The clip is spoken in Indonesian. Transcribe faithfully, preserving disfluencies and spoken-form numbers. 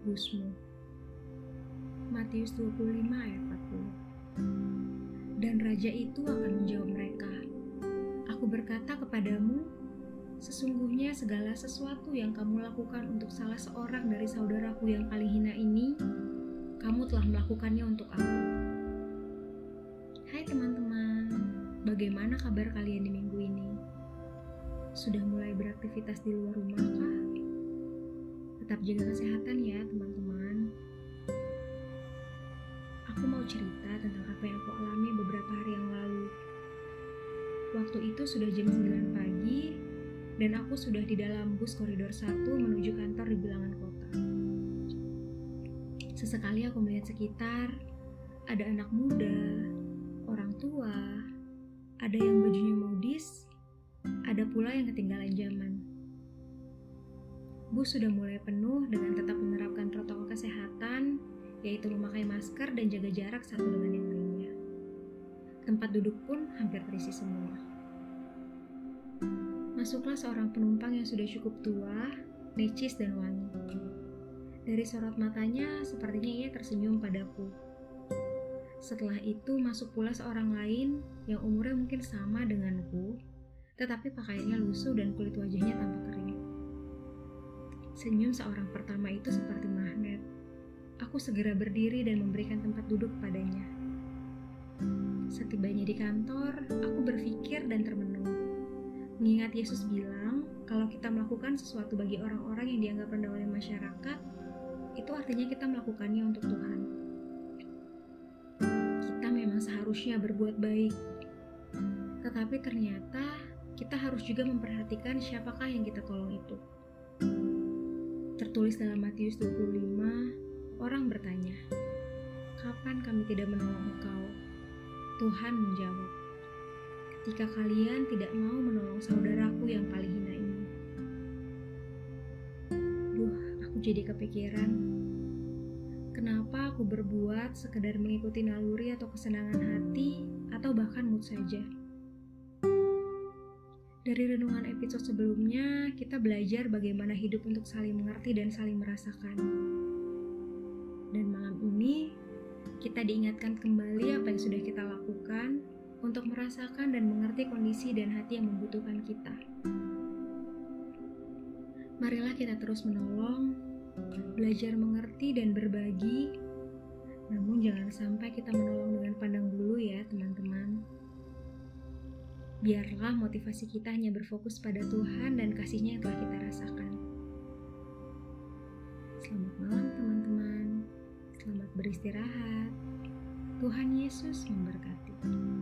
menebusmu. Matius dua puluh lima ayat empat puluh. Dan raja itu akan menjawab mereka, "Aku berkata kepadamu, sesungguhnya segala sesuatu yang kamu lakukan untuk salah seorang dari saudaraku yang paling hina ini, kamu telah melakukannya untuk aku." Hai teman-teman, bagaimana kabar kalian di minggu ini? Sudah mulai beraktivitas di luar rumah kah? Tetap jaga kesehatan ya teman-teman. Aku mau cerita tentang apa yang aku alami beberapa hari yang lalu. Waktu itu sudah jam sembilan pagi dan aku sudah di dalam bus koridor satu menuju kantor di bilangan kota. Sesekali aku melihat sekitar, ada anak muda, orang tua, ada yang bajunya modis, ada pula yang ketinggalan zaman. Bus sudah mulai penuh dengan tetap menerapkan protokol kesehatan, yaitu memakai masker dan jaga jarak satu dengan yang lainnya. Tempat duduk pun hampir terisi semua. Masuklah seorang penumpang yang sudah cukup tua, necis dan wangi. Dari sorot matanya, sepertinya ia tersenyum padaku. Setelah itu masuk pula seorang lain yang umurnya mungkin sama denganku, tetapi pakaiannya lusuh dan kulit wajahnya tampak kering. Senyum seorang pertama itu seperti magnet. Aku segera berdiri dan memberikan tempat duduk padanya. Setibanya di kantor, aku berpikir dan termenung. Mengingat Yesus bilang, kalau kita melakukan sesuatu bagi orang-orang yang dianggap rendah oleh masyarakat, itu artinya kita melakukannya untuk Tuhan. Kita memang seharusnya berbuat baik, tetapi ternyata kita harus juga memperhatikan siapakah yang kita tolong itu. Tertulis dalam Matius dua puluh lima, orang bertanya, "Kapan kami tidak menolong engkau?" Tuhan menjawab, "Ketika kalian tidak mau menolong saudaraku yang paling hina ini." Duh, aku jadi kepikiran. Kenapa aku berbuat sekedar mengikuti naluri atau kesenangan hati, atau bahkan mood saja? Dari renungan episode sebelumnya, kita belajar bagaimana hidup untuk saling mengerti dan saling merasakan. Dan malam ini, kita diingatkan kembali apa yang sudah kita lakukan untuk merasakan dan mengerti kondisi dan hati yang membutuhkan kita. Marilah kita terus menolong, belajar mengerti dan berbagi, namun jangan sampai kita menolong dengan pandang bulu ya teman-teman. Biarlah motivasi kita hanya berfokus pada Tuhan dan kasih-Nya yang telah kita rasakan. Selamat malam teman-teman, selamat beristirahat. Tuhan Yesus memberkati.